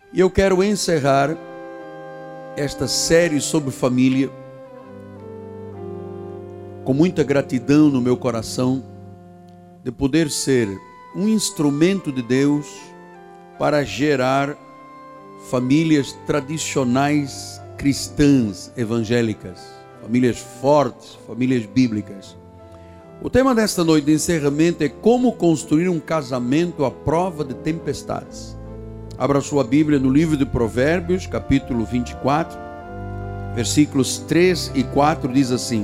E eu quero encerrar esta série sobre família com muita gratidão no meu coração de poder ser um instrumento de Deus para gerar famílias tradicionais cristãs evangélicas, famílias fortes, famílias bíblicas. O tema desta noite de encerramento é como construir um casamento à prova de tempestades. Abra sua Bíblia no livro de Provérbios, capítulo 24, versículos 3 e 4, diz assim: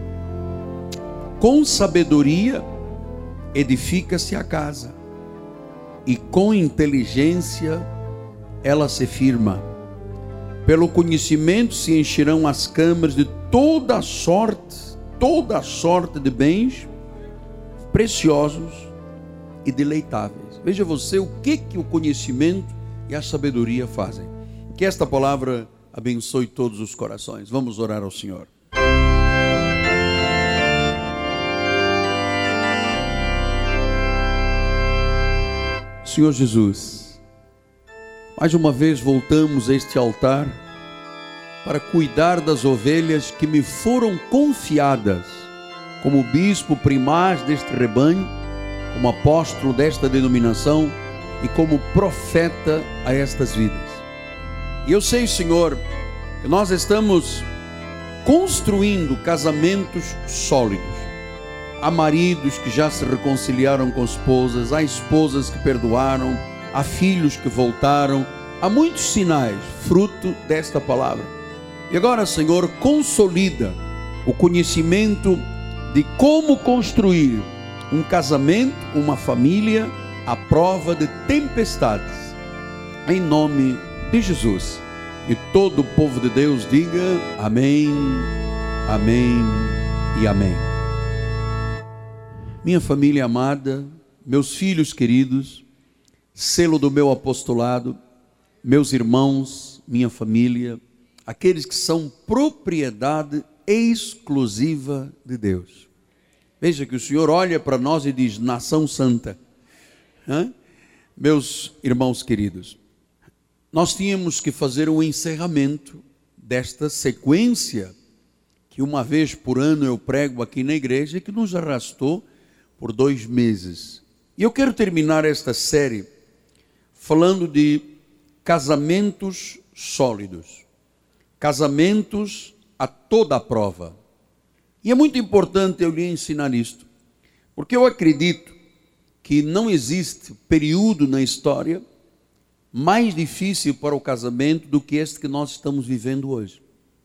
com sabedoria edifica-se a casa, e com inteligência ela se firma. Pelo conhecimento se encherão as câmaras de toda sorte de bens preciosos e deleitáveis. Veja você o que o conhecimento e a sabedoria fazem. Que esta palavra abençoe todos os corações. Vamos orar ao Senhor. Senhor Jesus, mais uma vez voltamos a este altar para cuidar das ovelhas que me foram confiadas como bispo primaz deste rebanho, como apóstolo desta denominação e como profeta a estas vidas. E eu sei, Senhor, que nós estamos construindo casamentos sólidos. Há maridos que já se reconciliaram com esposas, há esposas que perdoaram, há filhos que voltaram, há muitos sinais, fruto desta palavra. E agora, Senhor, consolida o conhecimento de como construir um casamento, uma família à prova de tempestades. Em nome de Jesus. E todo o povo de Deus diga amém, amém e amém. Minha família amada, meus filhos queridos, selo do meu apostolado, meus irmãos, minha família, aqueles que são propriedade exclusiva de Deus. Veja que o Senhor olha para nós e diz: nação santa. Meus irmãos queridos, nós tínhamos que fazer um encerramento desta sequência que uma vez por ano eu prego aqui na igreja e que nos arrastou por 2 meses. E eu quero terminar esta série falando de casamentos sólidos, casamentos a toda a prova. E é muito importante eu lhe ensinar isto, porque eu acredito que não existe período na história mais difícil para o casamento do que este que nós estamos vivendo hoje.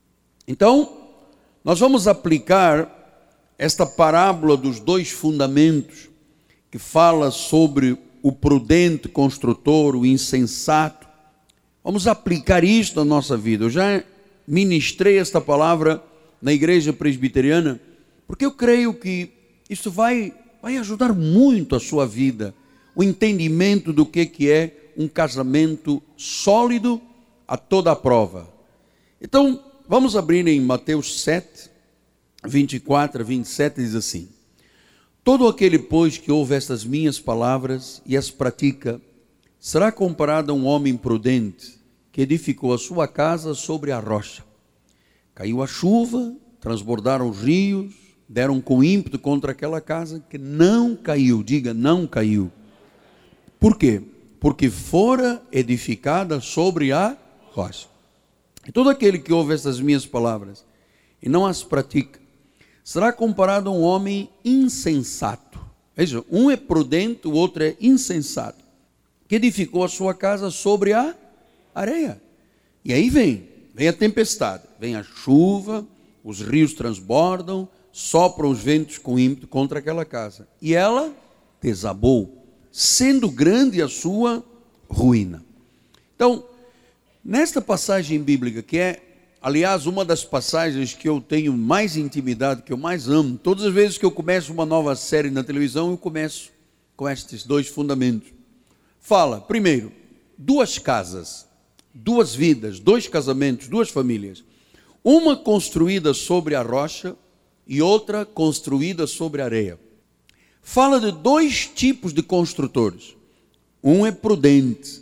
Então, nós vamos aplicar esta parábola dos 2 fundamentos, que fala sobre o prudente construtor, o insensato. Vamos aplicar isto na nossa vida. Eu já ministrei esta palavra na igreja presbiteriana, porque eu creio que isso vai ajudar muito a sua vida, o entendimento do que é um casamento sólido a toda a prova. Então, vamos abrir em Mateus 7, 24 a 27, diz assim: todo aquele, pois, que ouve estas minhas palavras e as pratica, será comparado a um homem prudente que edificou a sua casa sobre a rocha. Caiu a chuva, transbordaram os rios, deram com ímpeto contra aquela casa que não caiu. Diga, não caiu. Por quê? Porque fora edificada sobre a rocha. E todo aquele que ouve estas minhas palavras e não as pratica, será comparado a um homem insensato. Veja, um é prudente, o outro é insensato, que edificou a sua casa sobre a areia. E aí vem a tempestade, vem a chuva, os rios transbordam, sopram os ventos com ímpeto contra aquela casa. E ela desabou, sendo grande a sua ruína. Então, nesta passagem bíblica, que é, aliás, uma das passagens que eu tenho mais intimidade, que eu mais amo, todas as vezes que eu começo uma nova série na televisão, eu começo com estes 2 fundamentos. Fala, primeiro, 2 casas, 2 vidas, 2 casamentos, 2 famílias. Uma construída sobre a rocha e outra construída sobre a areia. Fala de 2 tipos de construtores. Um é prudente,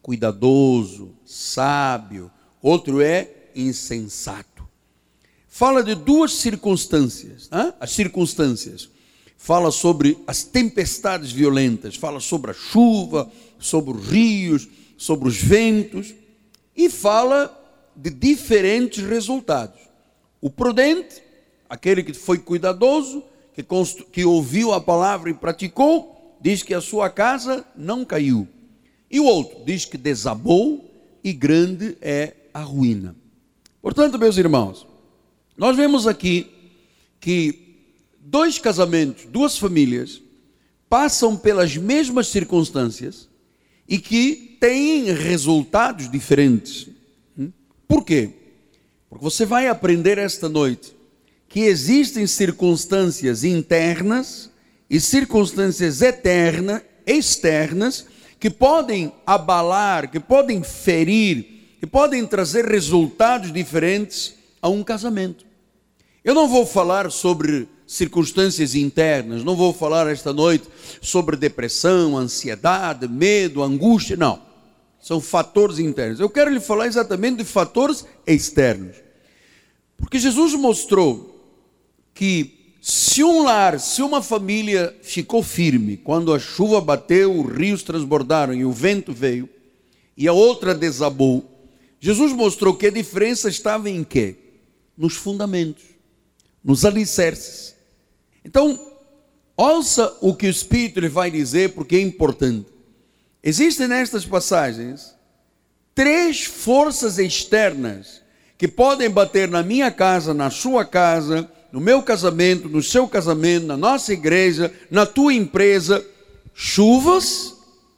cuidadoso, sábio, outro é insensato. Fala de duas circunstâncias, as circunstâncias. Fala sobre as tempestades violentas, fala sobre a chuva, sobre os rios, sobre os ventos, e fala de diferentes resultados. O prudente, aquele que foi cuidadoso, que ouviu a palavra e praticou, diz que a sua casa não caiu. E o outro diz que desabou e grande é a ruína. Portanto, meus irmãos, nós vemos aqui que dois casamentos, duas famílias, passam pelas mesmas circunstâncias e que têm resultados diferentes. Por quê? Porque você vai aprender esta noite que existem circunstâncias internas e circunstâncias externas, que podem abalar, que podem ferir, que podem trazer resultados diferentes a um casamento. Eu não vou falar sobre circunstâncias internas, não vou falar esta noite sobre depressão, ansiedade, medo, angústia, não. São fatores internos. Eu quero lhe falar exatamente de fatores externos. Porque Jesus mostrou que se um lar, se uma família ficou firme, quando a chuva bateu, os rios transbordaram e o vento veio, e a outra desabou, Jesus mostrou que a diferença estava em quê? Nos fundamentos, nos alicerces. Então, ouça o que o Espírito lhe vai dizer, porque é importante. Existem nestas passagens 3 forças externas que podem bater na minha casa, na sua casa, no meu casamento, no seu casamento, na nossa igreja, na tua empresa: chuvas,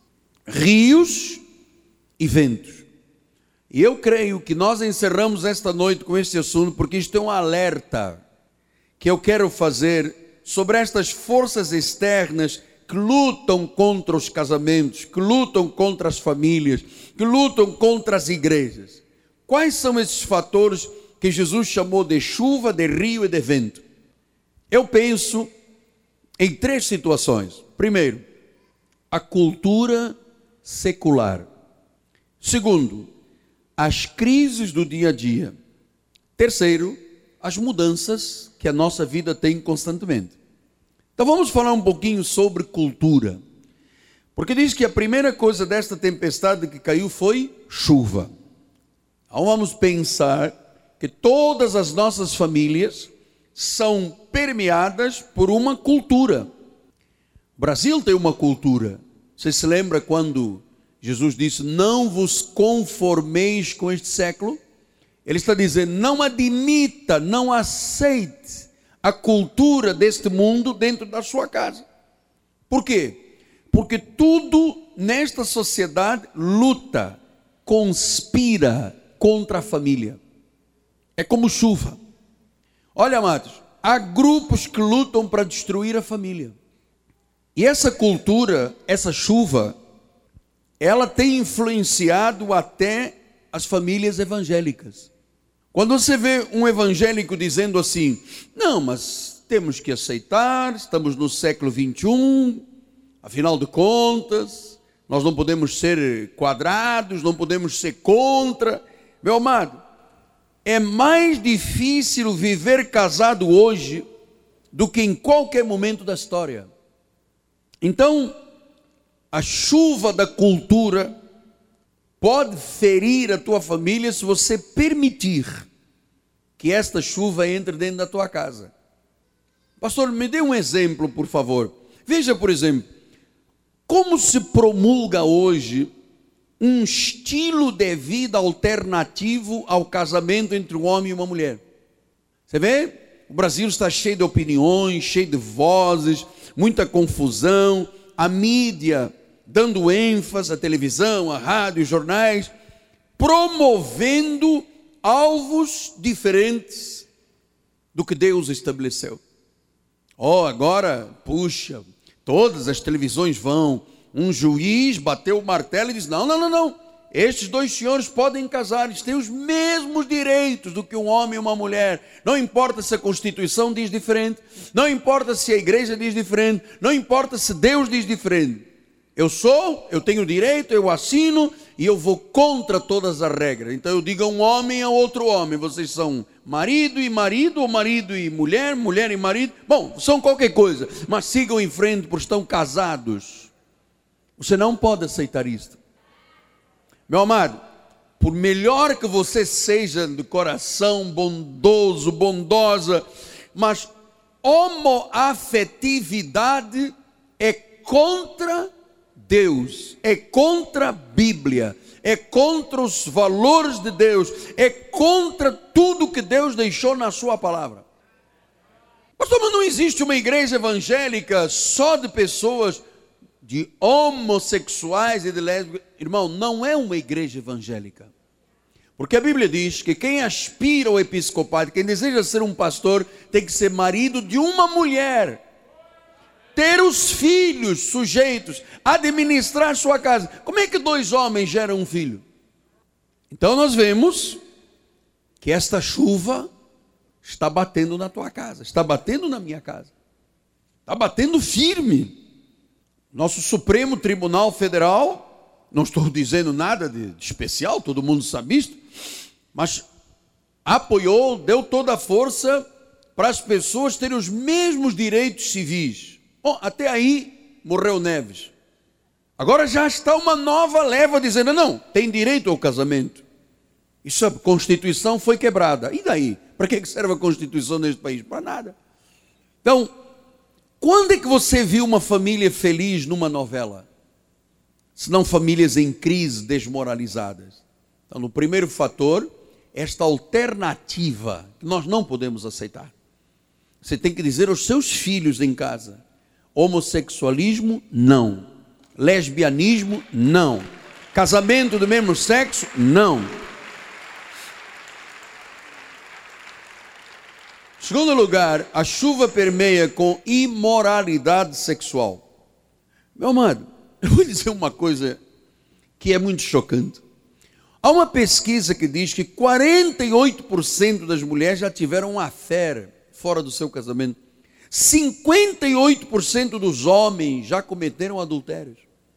rios e ventos. E eu creio que nós encerramos esta noite com este assunto, porque isto é um alerta que eu quero fazer sobre estas forças externas que lutam contra os casamentos, que lutam contra as famílias, que lutam contra as igrejas. Quais são esses fatores que Jesus chamou de chuva, de rio e de vento? Eu penso em 3 situações. Primeiro, a cultura secular. Segundo, as crises do dia a dia. Terceiro, as mudanças que a nossa vida tem constantemente. Então vamos falar um pouquinho sobre cultura. Porque diz que a primeira coisa desta tempestade que caiu foi chuva. Então vamos pensar que todas as nossas famílias são permeadas por uma cultura. O Brasil tem uma cultura. Você se lembra quando Jesus disse: não vos conformeis com este século? Ele está dizendo: não admita, não aceite a cultura deste mundo dentro da sua casa. Por quê? Porque tudo nesta sociedade luta, conspira contra a família. É como chuva. Olha, amados, há grupos que lutam para destruir a família. E essa cultura, essa chuva, ela tem influenciado até as famílias evangélicas. Quando você vê um evangélico dizendo assim: não, mas temos que aceitar, estamos no século 21, afinal de contas, nós não podemos ser quadrados, não podemos ser contra. Meu amado, é mais difícil viver casado hoje do que em qualquer momento da história. Então, a chuva da cultura pode ferir a tua família se você permitir que esta chuva entre dentro da tua casa. Pastor, me dê um exemplo, por favor. Veja, por exemplo, como se promulga hoje um estilo de vida alternativo ao casamento entre um homem e uma mulher. Você vê? O Brasil está cheio de opiniões, cheio de vozes, muita confusão, a mídia dando ênfase, a televisão, a rádio, os jornais, promovendo alvos diferentes do que Deus estabeleceu. Agora, puxa, todas as televisões vão, um juiz bateu o martelo e disse: não, estes 2 senhores podem casar, eles têm os mesmos direitos do que um homem e uma mulher, não importa se a Constituição diz diferente, não importa se a igreja diz diferente, não importa se Deus diz diferente. Eu tenho direito, eu assino, e eu vou contra todas as regras. Então eu digo a um homem e a outro homem: vocês são marido e marido, ou marido e mulher, mulher e marido. Bom, são qualquer coisa, mas sigam em frente porque estão casados. Você não pode aceitar isto. Meu amado, por melhor que você seja de coração bondoso, bondosa, mas homoafetividade é contra Deus, é contra a Bíblia, é contra os valores de Deus, é contra tudo que Deus deixou na sua palavra. Pastor, mas não existe uma igreja evangélica só de pessoas de homossexuais e de lésbicas? Irmão, não é uma igreja evangélica. Porque a Bíblia diz que quem aspira ao episcopado, quem deseja ser um pastor, tem que ser marido de uma mulher, ter os filhos sujeitos, administrar sua casa. Como é que dois homens geram um filho? Então nós vemos que esta chuva está batendo na tua casa, está batendo na minha casa, está batendo firme. Nosso Supremo Tribunal Federal, não estou dizendo nada de especial, todo mundo sabe isto, mas apoiou, deu toda a força para as pessoas terem os mesmos direitos civis. Bom, até aí morreu Neves. Agora já está uma nova leva dizendo: não, tem direito ao casamento. Isso, a Constituição foi quebrada. E daí? Para que serve a Constituição neste país? Para nada. Então, quando é que você viu uma família feliz numa novela? Se não famílias em crise, desmoralizadas. Então, no primeiro fator, esta alternativa que nós não podemos aceitar. Você tem que dizer aos seus filhos em casa: homossexualismo, não. Lesbianismo, não. Casamento do mesmo sexo, não. Segundo lugar, a chuva permeia com imoralidade sexual. Meu amado, eu vou dizer uma coisa que é muito chocante. Há uma pesquisa que diz que 48% das mulheres já tiveram uma affair fora do seu casamento. 58% dos homens já cometeram adultérios.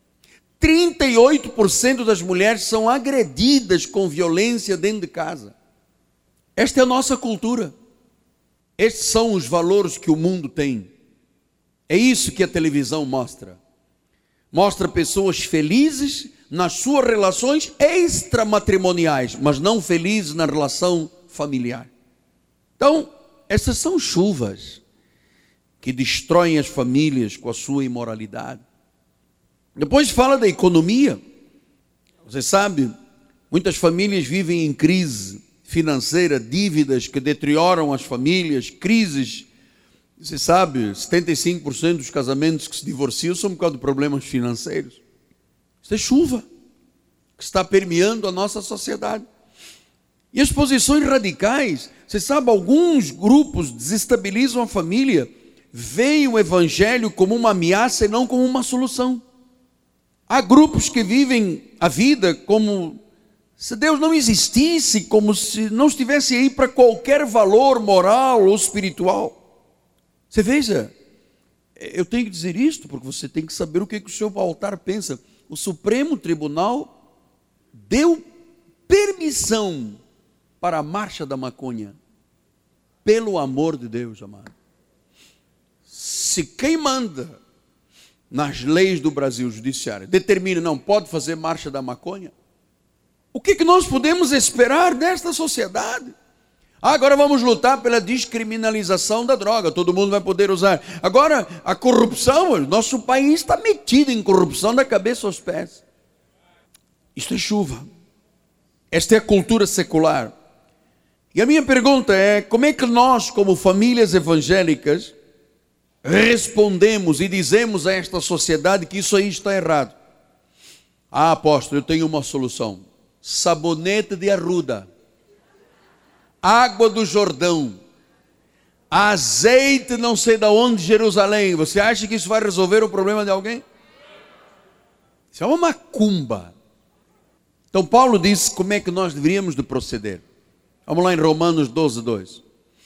38% das mulheres são agredidas com violência dentro de casa. Esta é a nossa cultura. Estes são os valores que o mundo tem. É isso que a televisão mostra. Mostra pessoas felizes nas suas relações extramatrimoniais, mas não felizes na relação familiar. Então, essas são chuvas que destroem as famílias com a sua imoralidade. Depois fala da economia. Você sabe, muitas famílias vivem em crise financeira, dívidas que deterioram as famílias, crises. Você sabe, 75% dos casamentos que se divorciam são por causa de problemas financeiros. Isso é chuva que está permeando a nossa sociedade. E as posições radicais, você sabe, alguns grupos desestabilizam a família, veem o evangelho como uma ameaça e não como uma solução. Há grupos que vivem a vida como se Deus não existisse, como se não estivesse aí para qualquer valor moral ou espiritual. Você veja, eu tenho que dizer isto, porque você tem que saber o que o seu altar pensa. O Supremo Tribunal deu permissão para a marcha da maconha. Pelo amor de Deus, amado. Se quem manda nas leis do Brasil, judiciário, determina, não pode fazer marcha da maconha, o que nós podemos esperar desta sociedade? Agora vamos lutar pela descriminalização da droga, todo mundo vai poder usar. Agora, a corrupção, nosso país está metido em corrupção da cabeça aos pés. Isto é chuva. Esta é a cultura secular. E a minha pergunta é: como é que nós, como famílias evangélicas, respondemos e dizemos a esta sociedade que isso aí está errado? Ah, apóstolo, eu tenho uma solução. Sabonete de arruda, água do Jordão, azeite não sei de onde de Jerusalém. Você acha que isso vai resolver o problema de alguém? Isso é uma macumba. Então Paulo diz como é que nós deveríamos de proceder. Vamos lá em Romanos 12:2.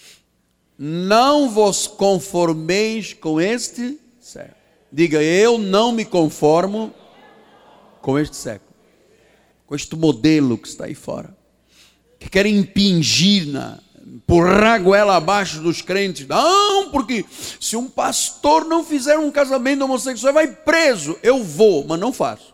Não vos conformeis com este século. Diga: eu não me conformo com este século. com este modelo que está aí fora, que querem impingir, empurrar a goela abaixo dos crentes. Não, porque se um pastor não fizer um casamento homossexual, vai preso. Eu vou, mas não faço.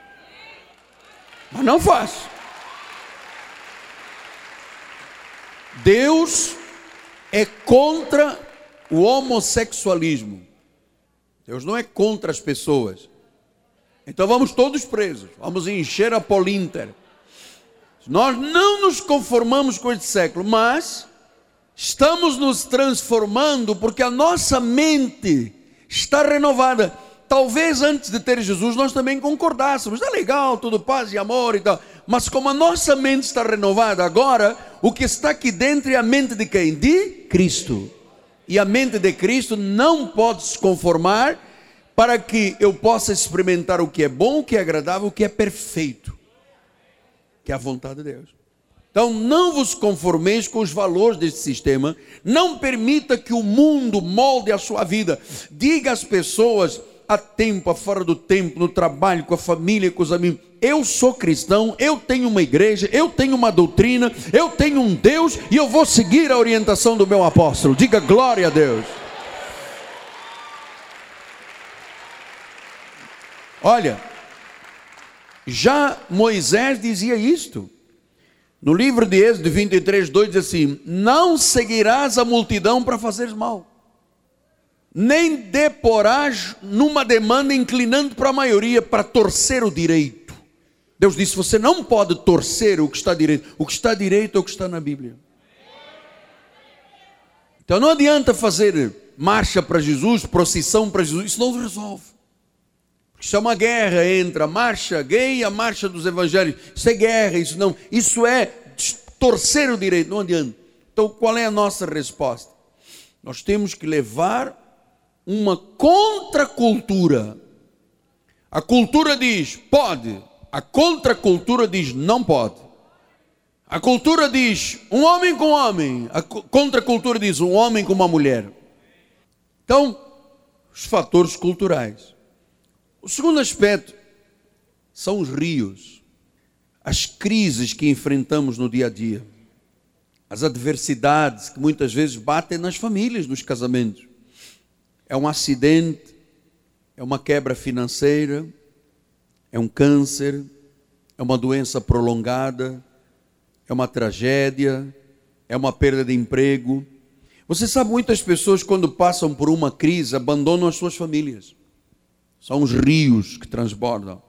Deus é contra o homossexualismo. Deus não é contra as pessoas. Então vamos todos presos. Vamos encher a Polinter. Nós não nos conformamos com este século, mas estamos nos transformando porque a nossa mente está renovada. Talvez antes de ter Jesus nós também concordássemos. É legal, tudo paz e amor e tal. Mas como a nossa mente está renovada agora, o que está aqui dentro é a mente de quem? De Cristo. E a mente de Cristo não pode se conformar para que eu possa experimentar o que é bom, o que é agradável, o que é perfeito, que é a vontade de Deus. Então não vos conformeis com os valores deste sistema, não permita que o mundo molde a sua vida. Diga às pessoas, a tempo, a fora do tempo, no trabalho, com a família, com os amigos: eu sou cristão, eu tenho uma igreja, eu tenho uma doutrina, eu tenho um Deus e eu vou seguir a orientação do meu apóstolo. Diga glória a Deus. Olha, já Moisés dizia isto. No livro de Êxodo 23:2 diz assim: não seguirás a multidão para fazeres mal, nem deporás numa demanda inclinando para a maioria, para torcer o direito. Deus disse: você não pode torcer o que está direito. O que está direito é o que está na Bíblia. Então não adianta fazer marcha para Jesus, procissão para Jesus. Isso não resolve. Isso é uma guerra entre a marcha gay e a marcha dos evangélicos. Isso é guerra, isso é torcer o direito, não adianta. Então qual é a nossa resposta? Nós temos que levar uma contracultura. A cultura diz pode, a contracultura diz não pode. A cultura diz um homem com homem, a contracultura diz um homem com uma mulher. Então, os fatores culturais. O segundo aspecto são os rios, as crises que enfrentamos no dia a dia, as adversidades que muitas vezes batem nas famílias, nos casamentos. É um acidente, é uma quebra financeira, é um câncer, é uma doença prolongada, é uma tragédia, é uma perda de emprego. Você sabe, muitas pessoas quando passam por uma crise abandonam as suas famílias. São os rios que transbordam.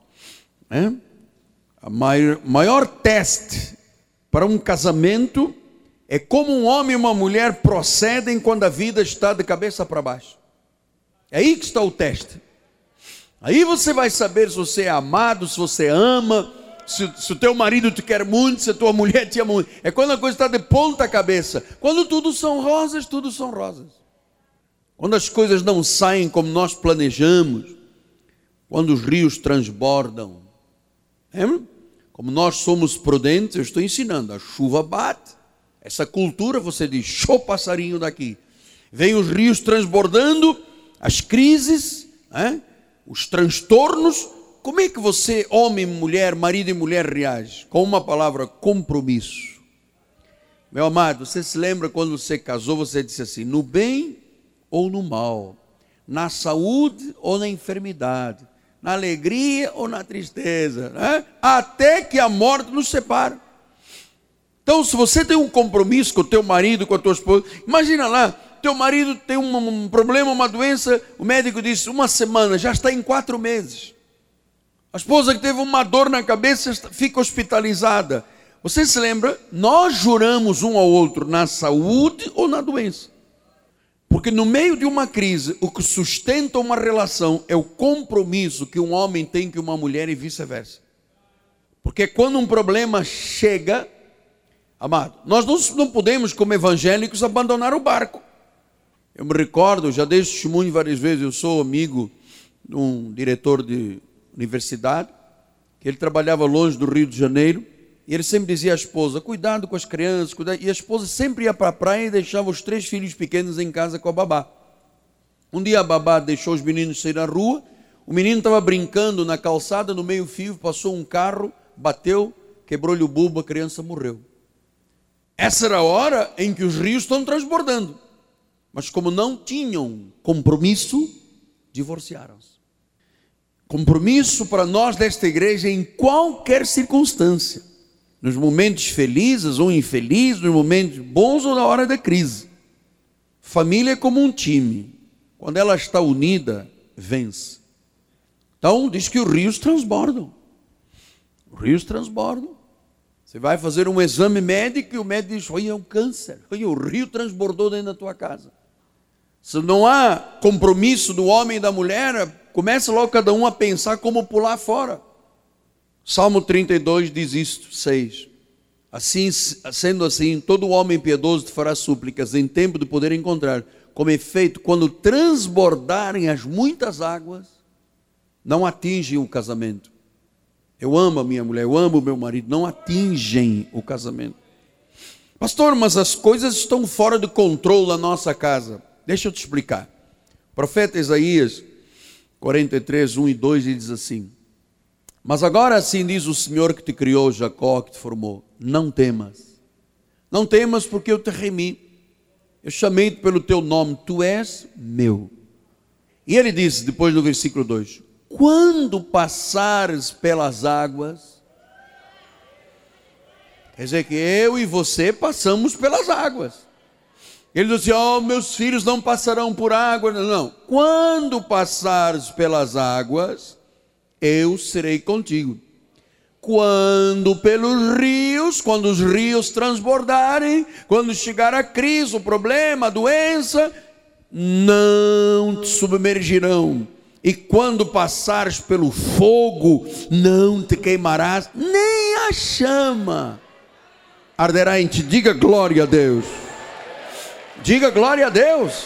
A maior teste para um casamento é como um homem e uma mulher procedem quando a vida está de cabeça para baixo. É aí que está o teste. Aí você vai saber se você é amado, se você ama, se o teu marido te quer muito, se a tua mulher te ama muito. É quando a coisa está de ponta cabeça. Quando tudo são rosas, tudo são rosas. Quando as coisas não saem como nós planejamos, quando os rios transbordam. Como nós somos prudentes, eu estou ensinando, a chuva bate, essa cultura, você diz, show passarinho daqui. Vem os rios transbordando, as crises, os transtornos. Como é que você, homem, mulher, marido e mulher, reage? Com uma palavra: compromisso. Meu amado, você se lembra quando você casou, você disse assim: no bem ou no mal, na saúde ou na enfermidade, na alegria ou na tristeza, até que a morte nos separe. Então, se você tem um compromisso com o teu marido, com a tua esposa, imagina lá, teu marido tem um problema, uma doença, o médico disse 1 semana, já está em 4 meses. A esposa que teve uma dor na cabeça fica hospitalizada. Você se lembra? Nós juramos um ao outro na saúde ou na doença. Porque no meio de uma crise, o que sustenta uma relação é o compromisso que um homem tem com uma mulher e vice-versa. Porque quando um problema chega, amado, nós não podemos, como evangélicos, abandonar o barco. Eu me recordo, já dei testemunho várias vezes, eu sou amigo de um diretor de universidade, que ele trabalhava longe do Rio de Janeiro, e ele sempre dizia à esposa: cuidado com as crianças, cuidado. E a esposa sempre ia para a praia e deixava os 3 filhos pequenos em casa com a babá. Um dia a babá deixou os meninos sair na rua, o menino estava brincando na calçada, no meio fio, passou um carro, bateu, quebrou-lhe o bulbo, a criança morreu. Essa era a hora em que os rios estão transbordando. Mas como não tinham compromisso, divorciaram-se. Compromisso para nós desta igreja em qualquer circunstância. Nos momentos felizes ou infelizes, nos momentos bons ou na hora da crise. Família é como um time. Quando ela está unida, vence. Então, diz que os rios transbordam. Os rios transbordam. Você vai fazer um exame médico e o médico diz, olha, é um câncer. Olha, o rio transbordou dentro da tua casa. Se não há compromisso do homem e da mulher, começa logo cada um a pensar como pular fora. Salmo 32 diz isto, 6. Assim, sendo assim, todo homem piedoso te fará súplicas em tempo de poder encontrar. Como efeito, quando transbordarem as muitas águas, não atingem o casamento. Eu amo a minha mulher, eu amo o meu marido, não atingem o casamento. Pastor, mas as coisas estão fora de controle na nossa casa. Deixa eu te explicar. O profeta Isaías 43, 1 e 2, ele diz assim: mas agora assim diz o Senhor que te criou, Jacó, que te formou, não temas. Não temas porque eu te remi. Eu chamei-te pelo teu nome, tu és meu. E ele diz, depois no versículo 2, quando passares pelas águas, quer dizer que eu e você passamos pelas águas. Ele diz assim, oh, meus filhos não passarão por água. Não, quando passares pelas águas, eu serei contigo. Quando pelos rios, quando os rios transbordarem, quando chegar a crise, o problema, a doença, não te submergirão. E quando passares pelo fogo, não te queimarás, nem a chama arderá em ti. Diga glória a Deus. Diga glória a Deus.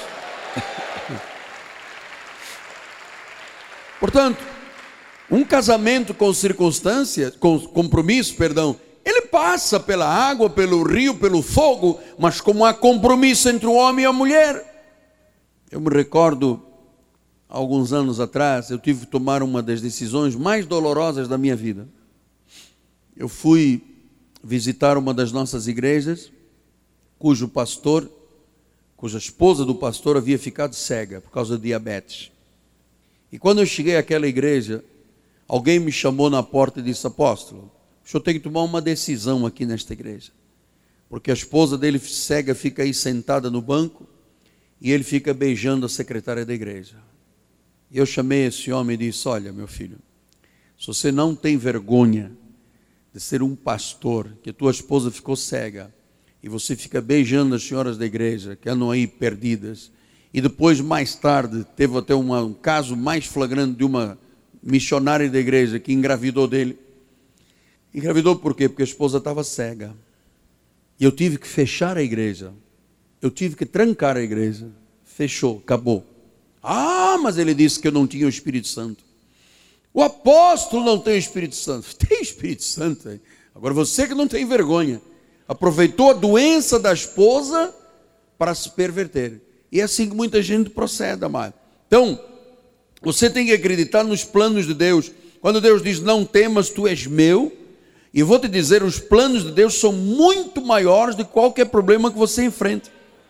Portanto, um casamento com circunstância, com compromisso, ele passa pela água, pelo rio, pelo fogo, mas como há compromisso entre o homem e a mulher. Eu me recordo, alguns anos atrás, eu tive que tomar uma das decisões mais dolorosas da minha vida. Eu fui visitar uma das nossas igrejas, cuja esposa do pastor havia ficado cega por causa de diabetes. E quando eu cheguei àquela igreja, alguém me chamou na porta e disse, apóstolo, o senhor tem que tomar uma decisão aqui nesta igreja, porque a esposa dele cega fica aí sentada no banco e ele fica beijando a secretária da igreja. E eu chamei esse homem e disse, olha meu filho, se você não tem vergonha de ser um pastor, que tua esposa ficou cega, e você fica beijando as senhoras da igreja, que andam aí perdidas, e depois mais tarde, teve até um caso mais flagrante de uma missionária da igreja que engravidou dele. Engravidou por quê? Porque a esposa estava cega. E eu tive que fechar a igreja. Eu tive que trancar a igreja. Fechou, acabou. Ah, mas ele disse que eu não tinha o Espírito Santo. O apóstolo não tem o Espírito Santo. Tem Espírito Santo. Hein? Agora você que não tem vergonha. Aproveitou a doença da esposa para se perverter. E é assim que muita gente procede, amado. Então, você tem que acreditar nos planos de Deus. Quando Deus diz, não temas, tu és meu. E eu vou te dizer, os planos de Deus são muito maiores de qualquer problema que você enfrente.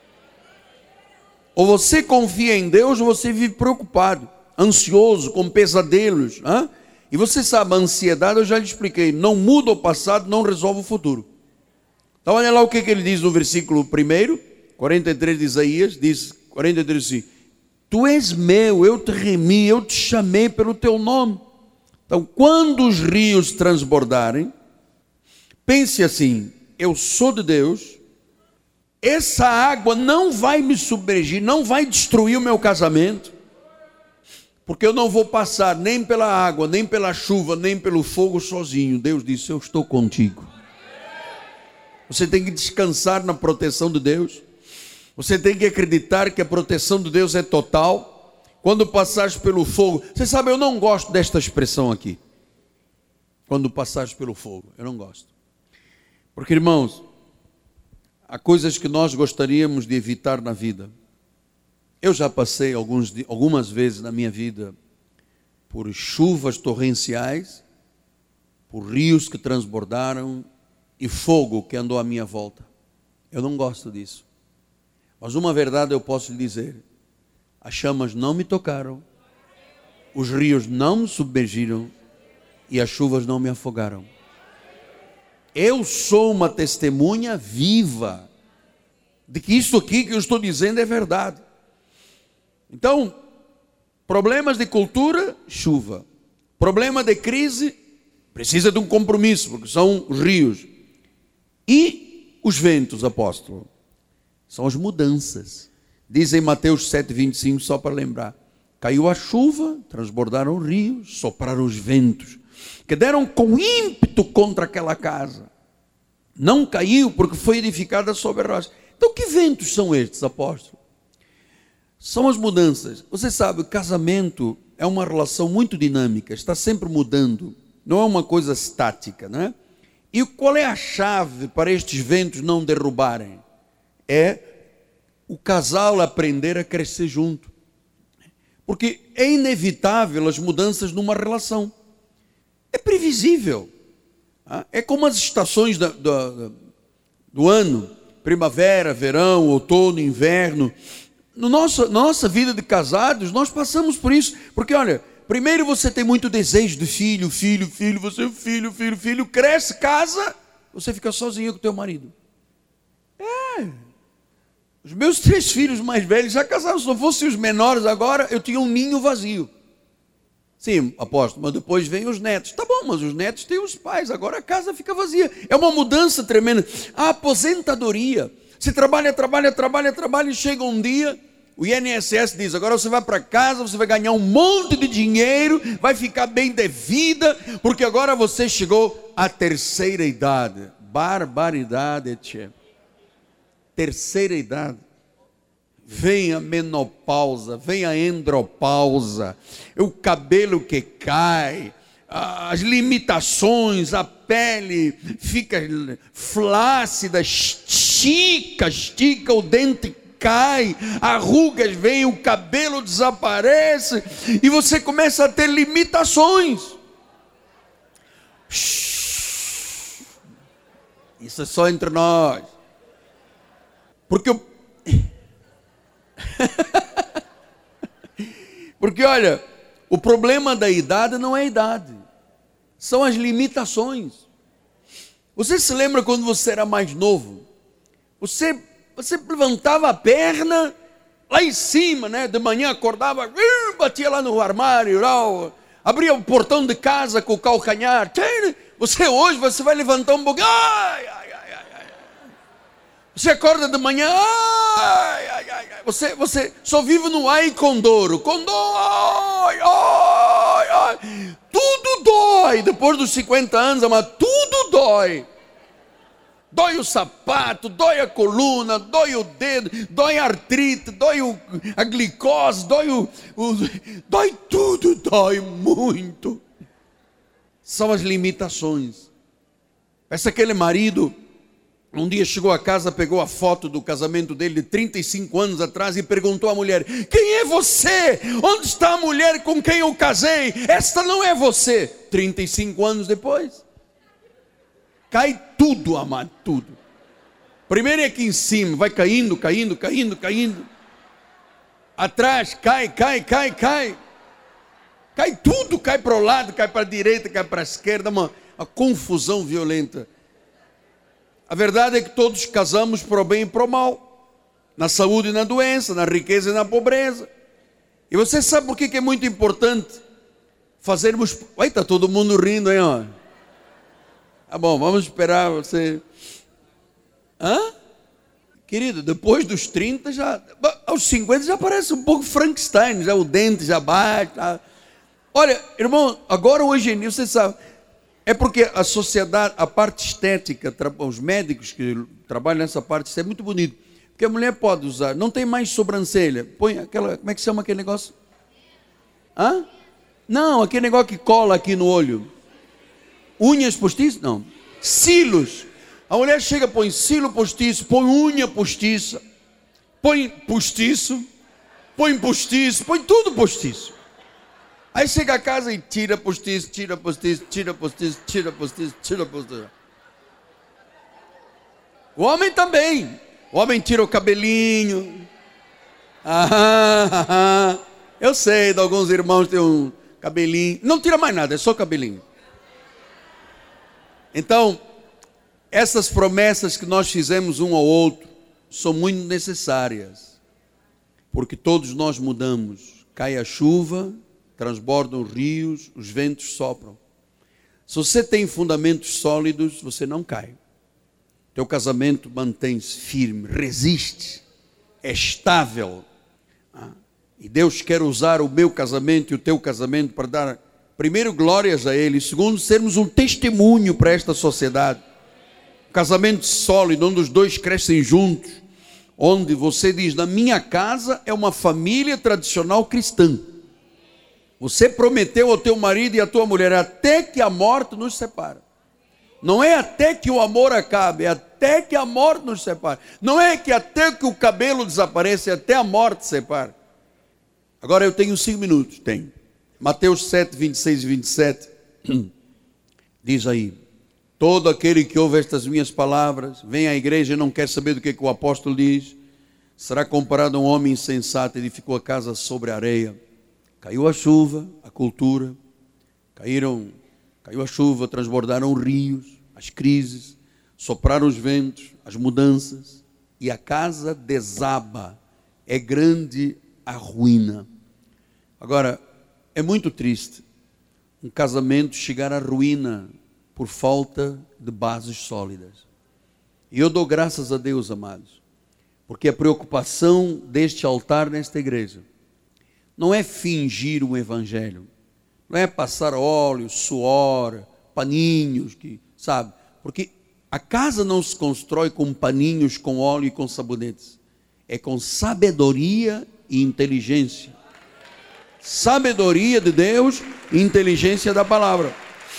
Ou você confia em Deus, ou você vive preocupado, ansioso, com pesadelos. Hein? E você sabe, a ansiedade, eu já lhe expliquei, não muda o passado, não resolve o futuro. Então olha lá o que ele diz no versículo 1, 43 de Isaías, diz 43 assim, tu és meu, eu te remi, eu te chamei pelo teu nome. Então quando os rios transbordarem, pense assim, eu sou de Deus, essa água não vai me submergir, não vai destruir o meu casamento, porque eu não vou passar nem pela água, nem pela chuva, nem pelo fogo sozinho. Deus disse, eu estou contigo. Você tem que descansar na proteção de Deus. Você tem que acreditar que a proteção de Deus é total. Quando passares pelo fogo, você sabe, eu não gosto desta expressão aqui. Quando passares pelo fogo, eu não gosto. Porque, irmãos, há coisas que nós gostaríamos de evitar na vida. Eu já passei algumas vezes na minha vida por chuvas torrenciais, por rios que transbordaram e fogo que andou à minha volta. Eu não gosto disso. Mas uma verdade eu posso lhe dizer: as chamas não me tocaram, os rios não me submergiram e as chuvas não me afogaram. Eu sou uma testemunha viva de que isso aqui que eu estou dizendo é verdade. Então, problemas de cultura, chuva. Problema de crise, precisa de um compromisso, porque são os rios. E os ventos, apóstolo, são as mudanças. Diz em Mateus 7,25, só para lembrar: caiu a chuva, transbordaram os rios, sopraram os ventos, que deram com ímpeto contra aquela casa. Não caiu, porque foi edificada sobre a rocha. Então, que ventos são estes, apóstolo? São as mudanças. Você sabe, casamento é uma relação muito dinâmica, está sempre mudando, não é uma coisa estática, não é? E qual é a chave para estes ventos não derrubarem? É o casal aprender a crescer junto. Porque é inevitável as mudanças numa relação. É previsível. É como as estações do ano: primavera, verão, outono, inverno. Na nossa vida de casados, nós passamos por isso. Porque, olha, primeiro você tem muito desejo de filho, você filho, cresce, casa, você fica sozinho com o teu marido. Os meus 3 filhos mais velhos já casaram. Se não fossem os menores agora, eu tinha um ninho vazio. Sim, apóstolo, mas depois vem os netos. Tá bom, mas os netos têm os pais, agora a casa fica vazia. É uma mudança tremenda. A aposentadoria. Você trabalha e chega um dia, o INSS diz: agora você vai para casa, você vai ganhar um monte de dinheiro, vai ficar bem de vida, porque agora você chegou à terceira idade. Barbaridade, tchê. Terceira idade. Vem a menopausa, vem a andropausa, o cabelo que cai, as limitações, a pele fica flácida, estica, o dente cai, arrugas vêm, o cabelo desaparece e você começa a ter limitações. Isso é só entre nós. Porque olha, o problema da idade não é a idade, são as limitações. Você se lembra quando você era mais novo? Você levantava a perna lá em cima, né? De manhã acordava, batia lá no armário, abria o portão de casa com o calcanhar. Hoje você vai levantar um pouquinho, você acorda de manhã, você só vive no ai condoro, tudo dói, depois dos 50 anos, mas tudo dói. Dói o sapato, dói a coluna, dói o dedo, dói a artrite, dói a glicose, dói tudo, dói muito. São as limitações. Parece aquele marido. Um dia chegou a casa, pegou a foto do casamento dele de 35 anos atrás e perguntou à mulher: quem é você? Onde está a mulher com quem eu casei? Esta não é você. 35 anos depois, cai tudo, amado, tudo. Primeiro é aqui em cima, vai caindo. Atrás, cai. Cai tudo, cai para o lado, cai para a direita, cai para a esquerda, uma confusão violenta. A verdade é que todos casamos para o bem e para o mal, na saúde e na doença, na riqueza e na pobreza. E você sabe por que é muito importante fazermos... está todo mundo rindo aí, ó. Tá bom, vamos esperar você... Querido, depois dos 30, aos 50 já parece um pouco Frankenstein, já o dente já bate. Olha, irmão, agora hoje em dia, você sabe... É porque a sociedade, a parte estética, os médicos que trabalham nessa parte, isso é muito bonito. Porque a mulher pode usar, não tem mais sobrancelha. Põe aquela, como é que se chama aquele negócio? Não, aquele negócio que cola aqui no olho. Unhas postiças? Não. Cílios. A mulher chega, põe cílio postiço, põe unha postiça, põe postiço, põe tudo postiço. Aí chega a casa e tira postiço, tira postiço, tira postiço, tira postiço, tira postiço. O homem também. O homem tira o cabelinho. Eu sei, de alguns irmãos tem um cabelinho. Não tira mais nada, é só cabelinho. Então, essas promessas que nós fizemos um ao outro são muito necessárias. Porque todos nós mudamos. Cai a chuva, transbordam os rios, os ventos sopram. Se você tem fundamentos sólidos, você não cai. Teu casamento mantém-se firme, resiste, é estável. E Deus quer usar o meu casamento e o teu casamento para dar, primeiro, glórias a Ele, segundo, sermos um testemunho para esta sociedade. Um casamento sólido, onde os dois crescem juntos, onde você diz, na minha casa é uma família tradicional cristã. Você prometeu ao teu marido e à tua mulher, até que a morte nos separe. Não é até que o amor acabe, é até que a morte nos separe. Não é que até que o cabelo desapareça, é até a morte separe. Agora eu tenho 5 minutos, tenho. Mateus 7, 26 e 27, diz aí, todo aquele que ouve estas minhas palavras, vem à igreja e não quer saber do que o apóstolo diz, será comparado a um homem insensato, edificou a casa sobre a areia. Caiu a chuva, a cultura, caiu a chuva, transbordaram rios, as crises, sopraram os ventos, as mudanças, e a casa desaba, é grande a ruína. Agora, é muito triste um casamento chegar à ruína por falta de bases sólidas. E eu dou graças a Deus, amados, porque a preocupação deste altar nesta igreja não é fingir um evangelho, não é passar óleo, suor, paninhos, sabe? Porque a casa não se constrói com paninhos, com óleo e com sabonetes. É com sabedoria e inteligência. Sabedoria de Deus e inteligência da palavra.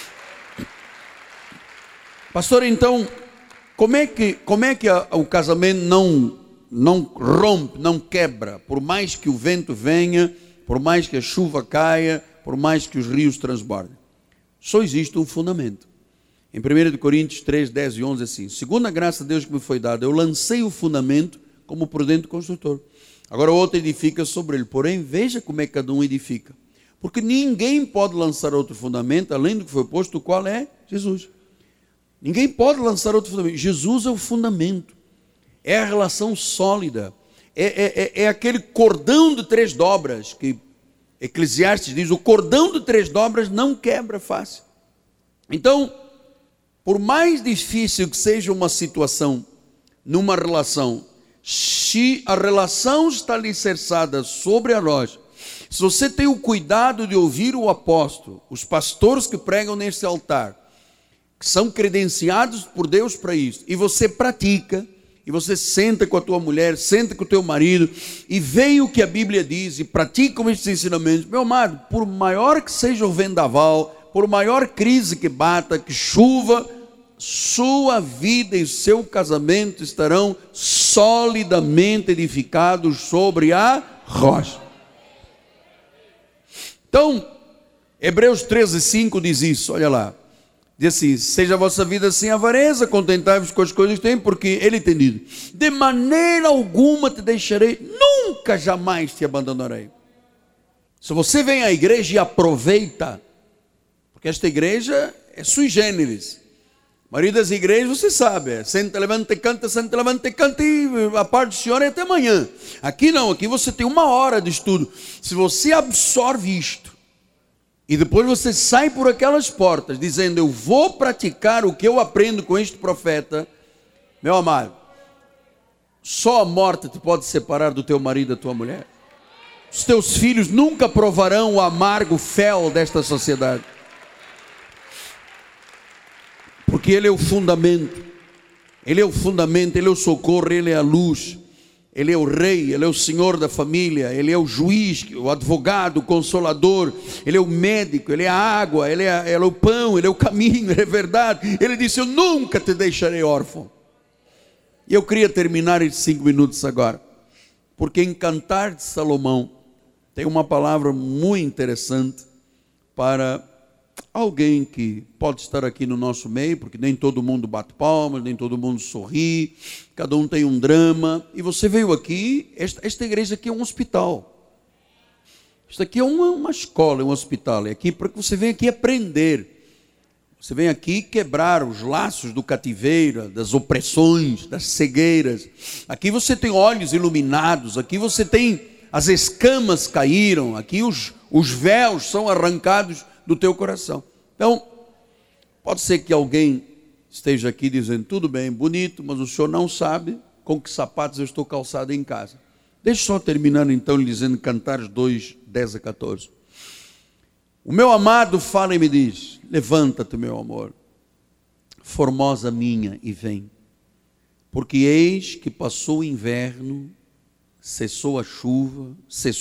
Pastor, então, como é que o casamento não rompe, não quebra? Por mais que o vento venha, por mais que a chuva caia, por mais que os rios transbordem. Só existe um fundamento. Em 1 Coríntios 3, 10 e 11, assim, segundo a graça de Deus que me foi dada, eu lancei o fundamento como prudente construtor. Agora o outro edifica sobre ele. Porém, veja como é que cada um edifica. Porque ninguém pode lançar outro fundamento, além do que foi posto, o qual é Jesus. Ninguém pode lançar outro fundamento. Jesus é o fundamento. É a relação sólida. É aquele cordão de 3 dobras que Eclesiastes diz, o cordão de 3 dobras não quebra fácil. Então, por mais difícil que seja uma situação numa relação, se a relação está alicerçada sobre a rocha, se você tem o cuidado de ouvir o apóstolo, os pastores que pregam nesse altar, que são credenciados por Deus para isso, e você pratica, e você senta com a tua mulher, senta com o teu marido, e vê o que a Bíblia diz, e praticam esses ensinamentos, meu amado, por maior que seja o vendaval, por maior crise que bata, que chuva, sua vida e seu casamento estarão solidamente edificados sobre a rocha. Então, Hebreus 13, 5 diz isso, olha lá. Diz assim, seja a vossa vida sem avareza, contentai-vos com as coisas que tem, porque ele tem dito, de maneira alguma te deixarei, nunca jamais te abandonarei. Se você vem à igreja e aproveita, porque esta igreja é sui generis, a maioria das igrejas, você sabe, senta, levanta e canta, senta, levanta e canta, e a parte do Senhor é até amanhã. Aqui não, aqui você tem 1 hora de estudo. Se você absorve isto, e depois você sai por aquelas portas, dizendo, eu vou praticar o que eu aprendo com este profeta, meu amado, só a morte te pode separar do teu marido e da tua mulher. Os teus filhos nunca provarão o amargo fel desta sociedade. Porque Ele é o fundamento, Ele é o fundamento, Ele é o socorro, Ele é a luz, Ele é o rei, Ele é o senhor da família, Ele é o juiz, o advogado, o consolador, Ele é o médico, Ele é a água, Ele é o pão, Ele é o caminho, Ele é a verdade. Ele disse, eu nunca te deixarei órfão. E eu queria terminar esses 5 minutos agora, porque em Cantar de Salomão, tem uma palavra muito interessante, para alguém que pode estar aqui no nosso meio, porque nem todo mundo bate palmas, nem todo mundo sorri, cada um tem um drama, e você veio aqui, esta igreja aqui é um hospital. Isso aqui é uma escola, é um hospital, é aqui para que você venha aqui aprender. Você vem aqui quebrar os laços do cativeiro, das opressões, das cegueiras. Aqui você tem olhos iluminados, aqui você tem, as escamas caíram, aqui os véus são arrancados do teu coração. Então, pode ser que alguém esteja aqui dizendo, tudo bem, bonito, mas o senhor não sabe com que sapatos eu estou calçado em casa. Deixa eu só terminar então lhe dizendo Cantares 2, 10 a 14. O meu amado fala e me diz, levanta-te, meu amor, formosa minha, e vem. Porque eis que passou o inverno, cessou a chuva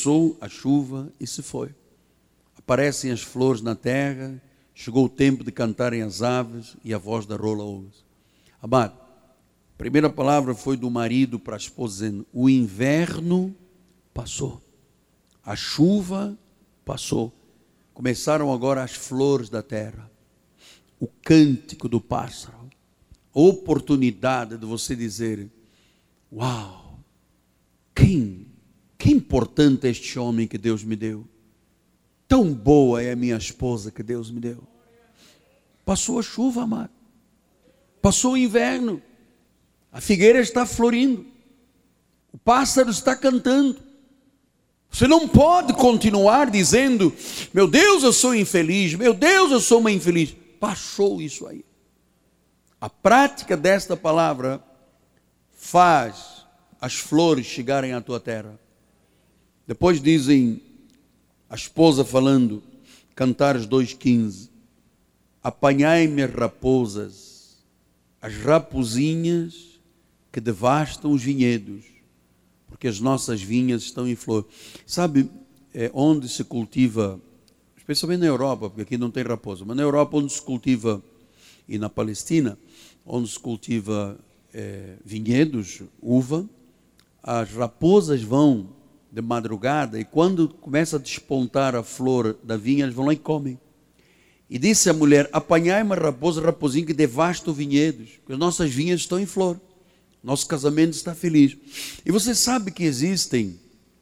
e se foi. Aparecem as flores na terra, chegou o tempo de cantarem as aves e a voz da rola ouve-se. Amado, a primeira palavra foi do marido para a esposa, dizendo, o inverno passou, a chuva passou, começaram agora as flores da terra, o cântico do pássaro, a oportunidade de você dizer, uau, que importante é este homem que Deus me deu, tão boa é a minha esposa que Deus me deu. Passou a chuva, amado, passou o inverno, a figueira está florindo, o pássaro está cantando. Você não pode continuar dizendo, meu Deus, eu sou infeliz, meu Deus, eu sou uma infeliz. Passou isso aí. A prática desta palavra faz as flores chegarem à tua terra. Depois dizem, a esposa falando, Cantares 2,15, apanhai-me as raposas, as raposinhas que devastam os vinhedos, porque as nossas vinhas estão em flor. Sabe onde se cultiva, especialmente na Europa, porque aqui não tem raposa, mas na Europa onde se cultiva, e na Palestina, onde se cultiva vinhedos, uva, as raposas vão de madrugada e quando começa a despontar a flor da vinha, eles vão lá e comem. E disse a mulher, apanhai uma raposinha que devasta os vinhedos, porque as nossas vinhas estão em flor. Nosso casamento está feliz. E você sabe que existem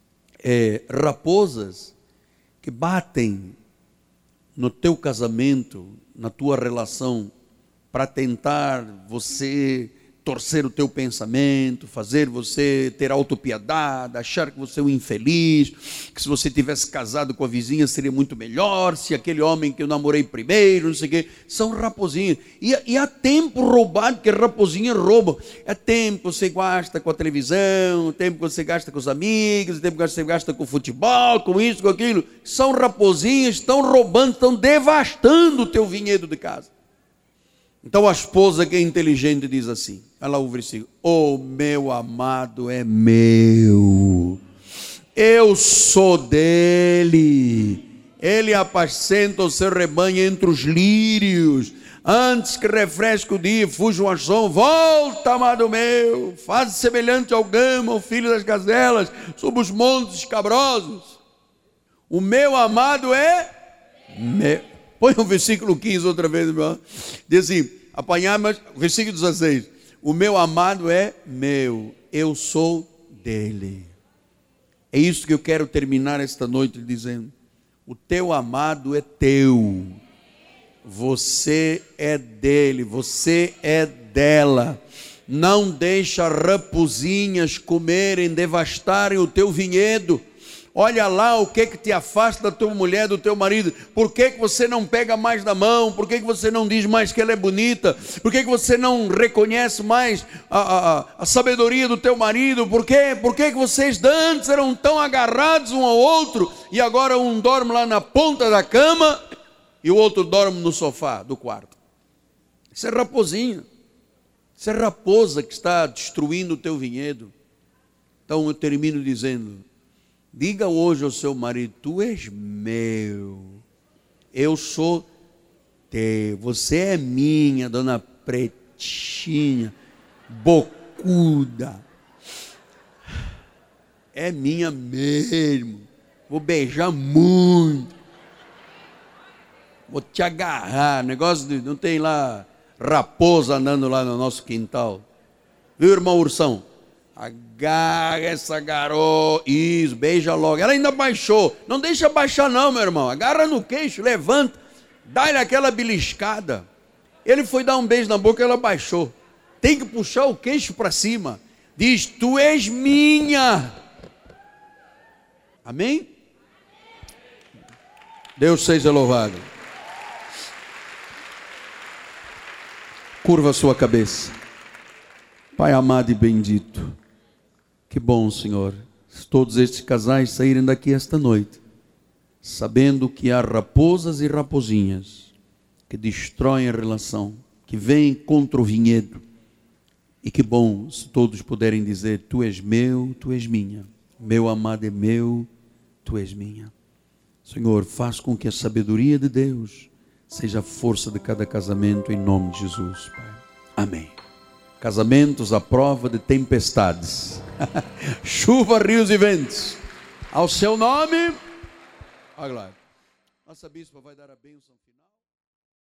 raposas que batem no teu casamento, na tua relação, para tentar você torcer o teu pensamento, fazer você ter autopiedade, achar que você é um infeliz, que se você tivesse casado com a vizinha seria muito melhor, se aquele homem que eu namorei primeiro, não sei o quê, são raposinhas. E há tempo roubado, que raposinha rouba. É tempo que você gasta com a televisão, tempo que você gasta com os amigos, tempo que você gasta com o futebol, com isso, com aquilo. São raposinhas, estão roubando, estão devastando o teu vinhedo de casa. Então a esposa que é inteligente diz assim, olha lá o versículo, o meu amado é meu, eu sou dele, ele apacenta o seu rebanho entre os lírios, antes que refresque o dia, fujam as sombras, volta, amado meu, faz semelhante ao gamo, o filho das gazelas, sob os montes escabrosos, o meu amado é meu. Põe o versículo 15 outra vez, irmão. Diz assim, apanhar-me, versículo 16. O meu amado é meu, eu sou dele. É isso que eu quero terminar esta noite dizendo. O teu amado é teu. Você é dele, você é dela. Não deixa raposinhas comerem, devastarem o teu vinhedo. Olha lá o que te afasta da tua mulher, do teu marido. Por que você não pega mais na mão? Por que você não diz mais que ela é bonita? Por que você não reconhece mais a sabedoria do teu marido? Por que vocês antes eram tão agarrados um ao outro e agora um dorme lá na ponta da cama e o outro dorme no sofá do quarto? Isso é raposinha. Isso é raposa que está destruindo o teu vinhedo. Então eu termino dizendo, diga hoje ao seu marido, tu és meu, eu sou teu, você é minha, dona pretinha, bocuda, é minha mesmo, vou beijar muito. Vou te agarrar. Negócio de, não tem lá raposa andando lá no nosso quintal. Viu, irmão Ursão? Agarra essa garota. Isso, beija logo. Ela ainda baixou. Não deixa baixar não, meu irmão. Agarra no queixo, levanta. Dá-lhe aquela beliscada. Ele foi dar um beijo na boca e ela baixou. Tem que puxar o queixo para cima. Diz, tu és minha. Amém? Deus seja louvado. Curva a sua cabeça. Pai amado e bendito. Que bom, Senhor. Todos estes casais saírem daqui esta noite, sabendo que há raposas e raposinhas que destroem a relação, que vêm contra o vinhedo. E que bom se todos puderem dizer, tu és meu, tu és minha. Meu amado é meu, tu és minha. Senhor, faz com que a sabedoria de Deus seja a força de cada casamento, em nome de Jesus, Pai. Amém. Casamentos à prova de tempestades. Chuva, rios e ventos. Ao seu nome, a glória. Nossa bispa vai dar a bênção final.